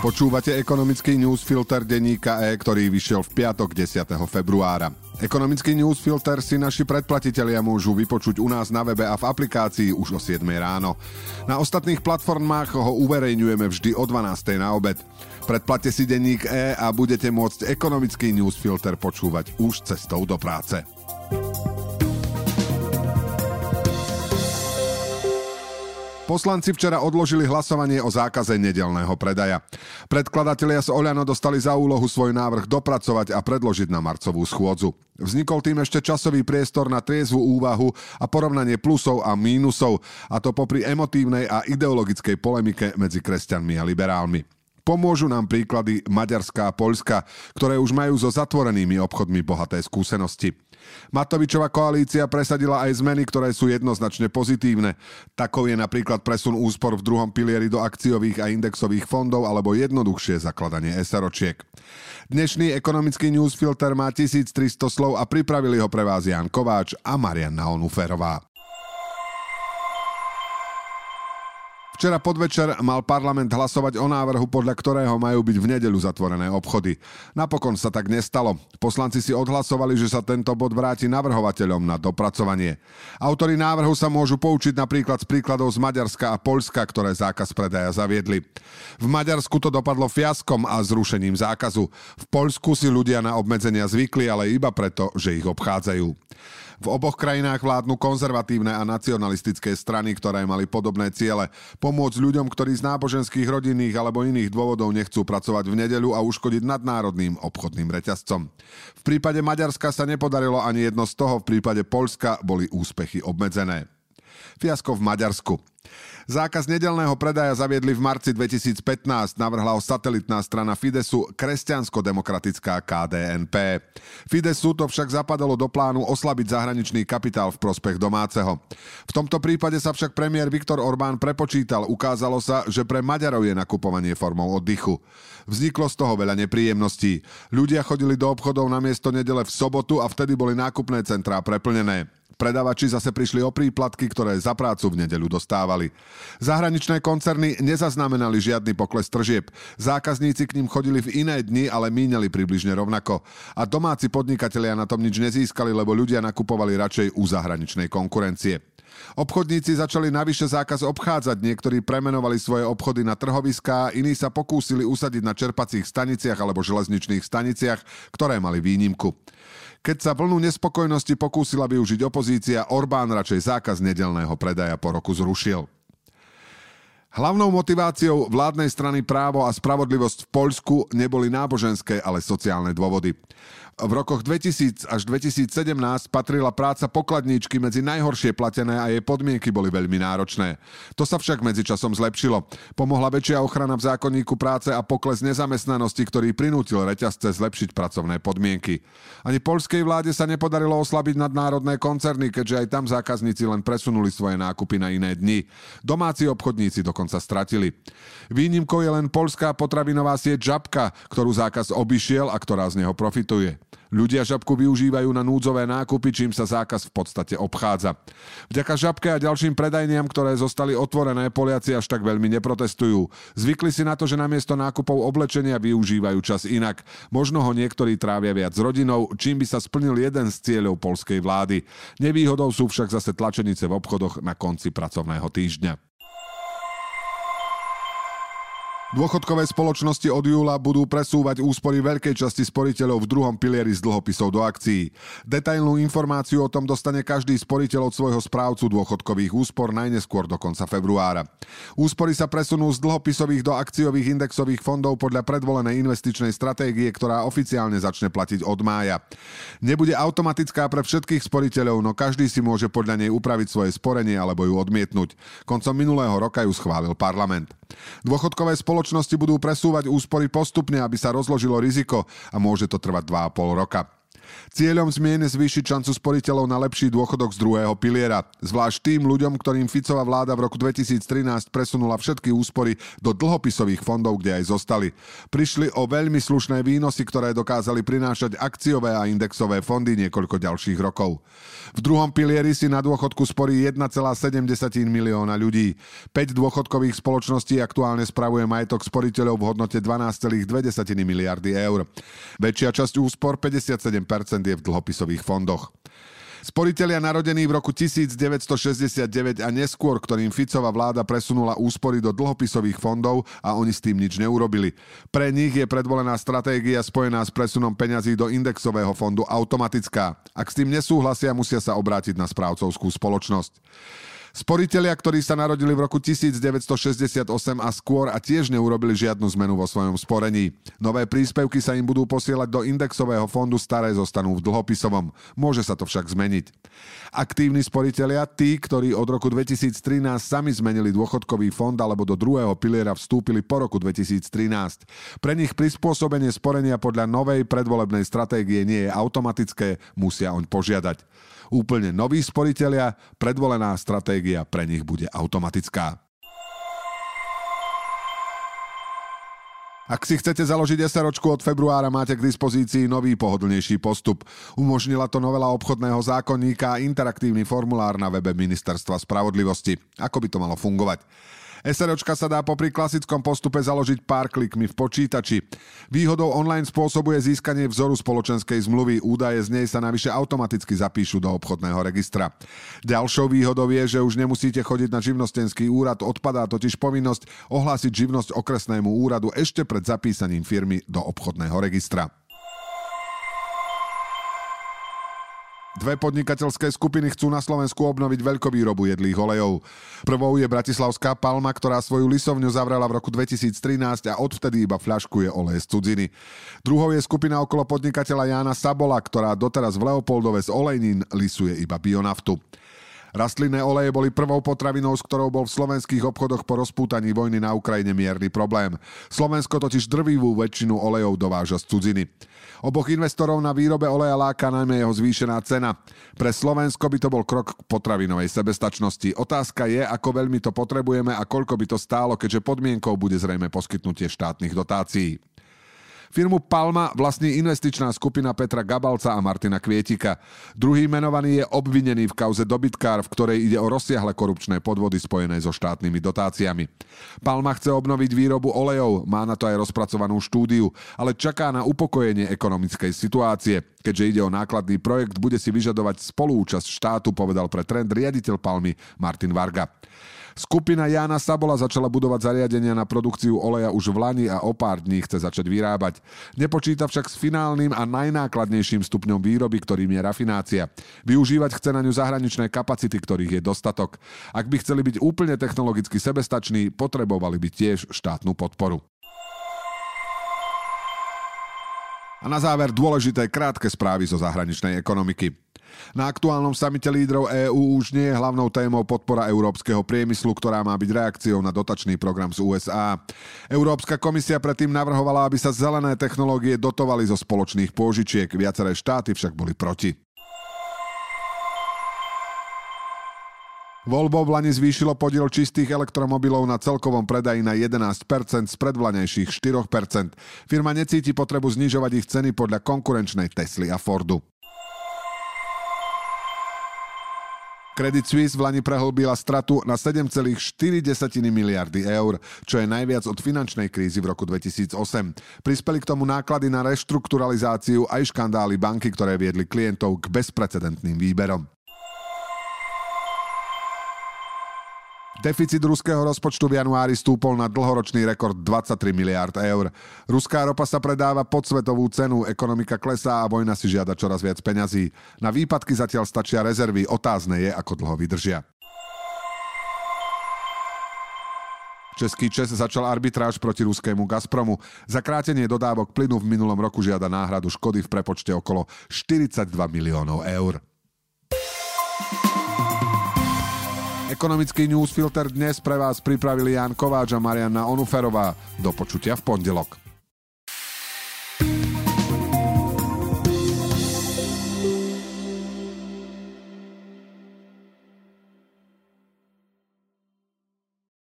Počúvate ekonomický newsfilter denníka E, ktorý vyšiel v piatok 10. februára. Ekonomický newsfilter si naši predplatitelia môžu vypočuť u nás na webe a v aplikácii už o 7 ráno. Na ostatných platformách ho uverejňujeme vždy o 12 na obed. Predplatte si denník E a budete môcť ekonomický newsfilter počúvať už cestou do práce. Poslanci včera odložili hlasovanie o zákaze nedeľného predaja. Predkladatelia z Oľano dostali za úlohu svoj návrh dopracovať a predložiť na marcovú schôdzu. Vznikol tým ešte časový priestor na triezvu úvahu a porovnanie plusov a mínusov, a to popri emotívnej a ideologickej polemike medzi kresťanmi a liberálmi. Pomôžu nám príklady Maďarska a Poľska, ktoré už majú so zatvorenými obchodmi bohaté skúsenosti. Matovičova koalícia presadila aj zmeny, ktoré sú jednoznačne pozitívne. Takou je napríklad presun úspor v druhom pilieri do akciových a indexových fondov alebo jednoduchšie zakladanie SROčiek. Dnešný ekonomický newsfilter má 1300 slov a pripravili ho pre vás Ján Kováč a Marianna Onuférová. Včera podvečer mal parlament hlasovať o návrhu, podľa ktorého majú byť v nedeľu zatvorené obchody. Napokon sa tak nestalo. Poslanci si odhlasovali, že sa tento bod vráti navrhovateľom na dopracovanie. Autori návrhu sa môžu poučiť napríklad z príkladov z Maďarska a Poľska, ktoré zákaz predaja zaviedli. V Maďarsku to dopadlo fiaskom a zrušením zákazu. V Poľsku si ľudia na obmedzenia zvykli, ale iba preto, že ich obchádzajú. V oboch krajinách vládnu konzervatívne a nacionalistické strany, ktoré mali podobné ciele. Pomôcť ľuďom, ktorí z náboženských, rodinných alebo iných dôvodov nechcú pracovať v nedeľu a uškodiť nadnárodným obchodným reťazcom. V prípade Maďarska sa nepodarilo ani jedno z toho, v prípade Poľska boli úspechy obmedzené. Fiasko v Maďarsku. Zákaz nedeľného predaja zaviedli v marci 2015, navrhla ho satelitná strana Fidesu kresťansko-demokratická KDNP. Fidesu to však zapadalo do plánu oslabiť zahraničný kapitál v prospech domáceho. V tomto prípade sa však premiér Viktor Orbán prepočítal, ukázalo sa, že pre Maďarov je nakupovanie formou oddychu. Vzniklo z toho veľa nepríjemností. Ľudia chodili do obchodov namiesto nedele v sobotu a vtedy boli nákupné centrá preplnené. Predavači zase prišli o príplatky, ktoré za prácu v nedeľu dostávali. Zahraničné koncerny nezaznamenali žiadny pokles tržieb. Zákazníci k ním chodili v iné dni, ale míňali približne rovnako. A domáci podnikatelia na tom nič nezískali, lebo ľudia nakupovali radšej u zahraničnej konkurencie. Obchodníci začali navyše zákaz obchádzať, niektorí premenovali svoje obchody na trhoviská, iní sa pokúsili usadiť na čerpacích staniciach alebo železničných staniciach, ktoré mali výnimku. Keď sa vlnu nespokojnosti pokúsila využiť opozícia, Orbán radšej zákaz nedeľného predaja po roku zrušil. Hlavnou motiváciou vládnej strany Právo a spravodlivosť v Poľsku neboli náboženské, ale sociálne dôvody. V rokoch 2000 až 2017 patrila práca pokladníčky medzi najhoršie platené a jej podmienky boli veľmi náročné. To sa však medzičasom zlepšilo. Pomohla väčšia ochrana v zákonníku práce a pokles nezamestnanosti, ktorý prinútil reťazce zlepšiť pracovné podmienky. Ani poľskej vláde sa nepodarilo oslabiť nadnárodné koncerny, keďže aj tam zákazníci len presunuli svoje nákupy na iné dni. Domáci obchodníci dokonca stratili. Výnimkou je len poľská potravinová sieť Žabka, ktorú zákaz obišiel a ktorá z neho profituje. Ľudia Žabku využívajú na núdzové nákupy, čím sa zákaz v podstate obchádza. Vďaka Žabke a ďalším predajniam, ktoré zostali otvorené, Poliaci až tak veľmi neprotestujú. Zvykli si na to, že namiesto nákupov oblečenia využívajú čas inak. Možno ho niektorí trávia viac s rodinou, čím by sa splnil jeden z cieľov poľskej vlády. Nevýhodou sú však zase tlačenice v obchodoch na konci pracovného týždňa. Dôchodkové spoločnosti od júla budú presúvať úspory veľkej časti sporiteľov v druhom pilieri z dlhopisov do akcií. Detailnú informáciu o tom dostane každý sporiteľ od svojho správcu dôchodkových úspor najneskôr do konca februára. Úspory sa presunú z dlhopisových do akciových indexových fondov podľa predvolenej investičnej stratégie, ktorá oficiálne začne platiť od mája. Nebude automatická pre všetkých sporiteľov, no každý si môže podľa nej upraviť svoje sporenie alebo ju odmietnúť. Koncom minulého roka ju schválil parlament. Dôchodkové spoločnosti budú presúvať úspory postupne, aby sa rozložilo riziko a môže to trvať 2,5 roka. Cieľom zmien je zvýšiť šancu sporiteľov na lepší dôchodok z druhého piliera. Zvlášť tým ľuďom, ktorým Ficova vláda v roku 2013 presunula všetky úspory do dlhopisových fondov, kde aj zostali. Prišli o veľmi slušné výnosy, ktoré dokázali prinášať akciové a indexové fondy niekoľko ďalších rokov. V druhom pilieri si na dôchodku sporí 1,7 milióna ľudí. 5 dôchodkových spoločností aktuálne spravuje majetok sporiteľov v hodnote 12,2 miliardy eur. Väčšia časť úspor, 57%, je v dlhopisových fondoch. Sporitelia narodení v roku 1969 a neskôr, ktorým Ficova vláda presunula úspory do dlhopisových fondov a oni s tým nič neurobili. Pre nich je predvolená stratégia spojená s presunom peňazí do indexového fondu automatická. Ak s tým nesúhlasia, musia sa obrátiť na správcovskú spoločnosť. Sporitelia, ktorí sa narodili v roku 1968 a skôr a tiež neurobili žiadnu zmenu vo svojom sporení. Nové príspevky sa im budú posielať do indexového fondu, staré zostanú v dlhopisovom. Môže sa to však zmeniť. Aktívni sporitelia, tí, ktorí od roku 2013 sami zmenili dôchodkový fond alebo do druhého piliera vstúpili po roku 2013. Pre nich prispôsobenie sporenia podľa novej predvolebnej stratégie nie je automatické, musia oň požiadať. Úplne noví sporitelia, predvolená stratégia pre nich bude automatická. Ak si chcete založiť SROčku od februára, máte k dispozícii nový pohodlnejší postup. Umožnila to novela obchodného zákonníka a interaktívny formulár na webe Ministerstva spravodlivosti. Ako by to malo fungovať? SROčka sa dá popri klasickom postupe založiť pár klikmi v počítači. Výhodou online spôsobu je získanie vzoru spoločenskej zmluvy. Údaje z nej sa navyše automaticky zapíšu do obchodného registra. Ďalšou výhodou je, že už nemusíte chodiť na živnostenský úrad, odpadá totiž povinnosť ohlásiť živnosť okresnému úradu ešte pred zapísaním firmy do obchodného registra. Dve podnikateľské skupiny chcú na Slovensku obnoviť veľkovýrobu jedlých olejov. Prvou je bratislavská Palma, ktorá svoju lisovňu zavrela v roku 2013 a odvtedy iba fľaškuje olej z cudziny. Druhou je skupina okolo podnikateľa Jána Sabola, ktorá doteraz v Leopoldove z olejnín lisuje iba bionaftu. Rastlinné oleje boli prvou potravinou, s ktorou bol v slovenských obchodoch po rozpútaní vojny na Ukrajine mierny problém. Slovensko totiž drvivú väčšinu olejov dováža z cudziny. Oboch investorov na výrobe oleja láka najmä jeho zvýšená cena. Pre Slovensko by to bol krok k potravinovej sebestačnosti. Otázka je, ako veľmi to potrebujeme a koľko by to stálo, keďže podmienkou bude zrejme poskytnutie štátnych dotácií. Firmu Palma vlastní investičná skupina Petra Gabalca a Martina Kvietika. Druhý menovaný je obvinený v kauze Dobytkár, v ktorej ide o rozsiahle korupčné podvody spojené so štátnymi dotáciami. Palma chce obnoviť výrobu olejov, má na to aj rozpracovanú štúdiu, ale čaká na upokojenie ekonomickej situácie. Keďže ide o nákladný projekt, bude si vyžadovať spolúčasť štátu, povedal pre Trend riaditeľ Palmy Martin Varga. Skupina Jána Sabola začala budovať zariadenia na produkciu oleja už v lani a o pár dní chce začať vyrábať. Nepočíta však s finálnym a najnákladnejším stupňom výroby, ktorým je rafinácia. Využívať chce na ňu zahraničné kapacity, ktorých je dostatok. Ak by chceli byť úplne technologicky sebestační, potrebovali by tiež štátnu podporu. A na záver dôležité krátke správy zo zahraničnej ekonomiky. Na aktuálnom samite lídrov EÚ už nie je hlavnou témou podpora európskeho priemyslu, ktorá má byť reakciou na dotačný program z USA. Európska komisia predtým navrhovala, aby sa zelené technológie dotovali zo spoločných pôžičiek. Viaceré štáty však boli proti. Volvo v lani zvýšilo podiel čistých elektromobilov na celkovom predaji na 11% z predvlanejších 4%. Firma necíti potrebu znižovať ich ceny podľa konkurenčnej Tesly a Fordu. Credit Suisse v lani prehlbila stratu na 7,4 miliardy eur, čo je najviac od finančnej krízy v roku 2008. Prispeli k tomu náklady na reštrukturalizáciu aj škandály banky, ktoré viedli klientov k bezprecedentným výberom. Deficit ruského rozpočtu v januári stúpol na dlhoročný rekord 23 miliárd eur. Ruská ropa sa predáva pod svetovú cenu, ekonomika klesá a vojna si žiada čoraz viac peňazí. Na výpadky zatiaľ stačia rezervy, otázne je, ako dlho vydržia. Český ČEZ začal arbitráž proti ruskému Gazpromu. Za krátenie dodávok plynu v minulom roku žiada náhradu škody v prepočte okolo 42 miliónov eur. Ekonomický newsfilter dnes pre vás pripravili Ján Kováč a Marianna Onuferová. Do počutia v pondelok.